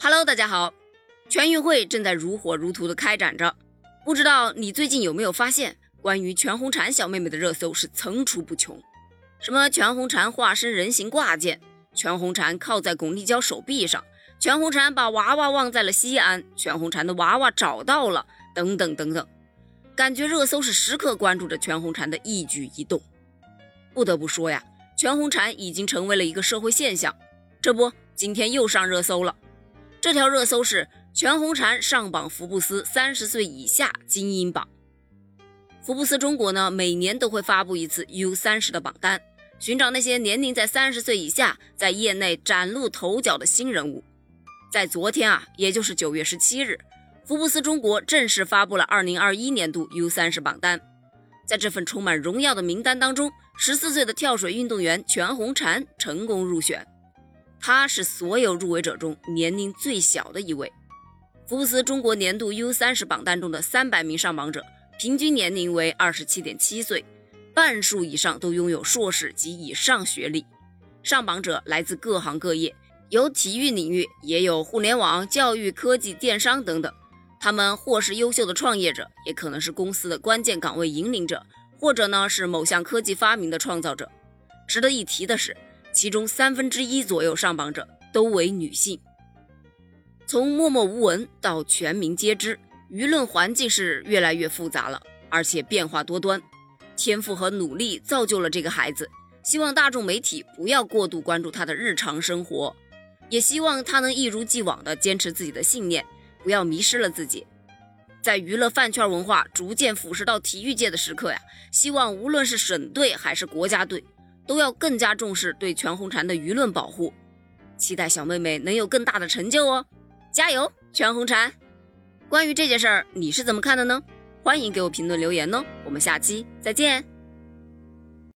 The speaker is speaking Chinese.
Hello， 大家好，全运会正在如火如荼的开展着，不知道你最近有没有发现，关于全红婵小妹妹的热搜是层出不穷。什么全红婵化身人形挂件，全红婵靠在巩立姣手臂上，全红婵把娃娃忘在了西安，全红婵的娃娃找到了，等等等等。感觉热搜是时刻关注着全红婵的一举一动。不得不说呀，全红婵已经成为了一个社会现象。这不，今天又上热搜了。这条热搜是全红婵上榜福布斯30岁以下精英榜。福布斯中国呢，每年都会发布一次 U30 的榜单，寻找那些年龄在30岁以下，在业内崭露头角的新人物。在昨天也就是9月17日，福布斯中国正式发布了2021年度 U30 榜单。在这份充满荣耀的名单当中，14岁的跳水运动员全红婵成功入选。她是所有入围者中年龄最小的一位。福布斯中国年度 U30 榜单中的300名上榜者，平均年龄为 27.7 岁，半数以上都拥有硕士及以上学历。上榜者来自各行各业，有体育领域，也有互联网、教育、科技、电商等等。他们或是优秀的创业者，也可能是公司的关键岗位引领者，或者呢是某项科技发明的创造者。值得一提的是，其中1/3左右上榜者都为女性。从默默无闻到全民皆知，舆论环境是越来越复杂了，而且变化多端。天赋和努力造就了这个孩子，希望大众媒体不要过度关注他的日常生活，也希望他能一如既往地坚持自己的信念，不要迷失了自己。在娱乐饭圈文化逐渐腐蚀到体育界的时刻呀，希望无论是省队还是国家队，都要更加重视对全红婵的舆论保护，期待小妹妹能有更大的成就哦！加油，全红婵！关于这件事儿，你是怎么看的呢？欢迎给我评论留言哦，我们下期再见。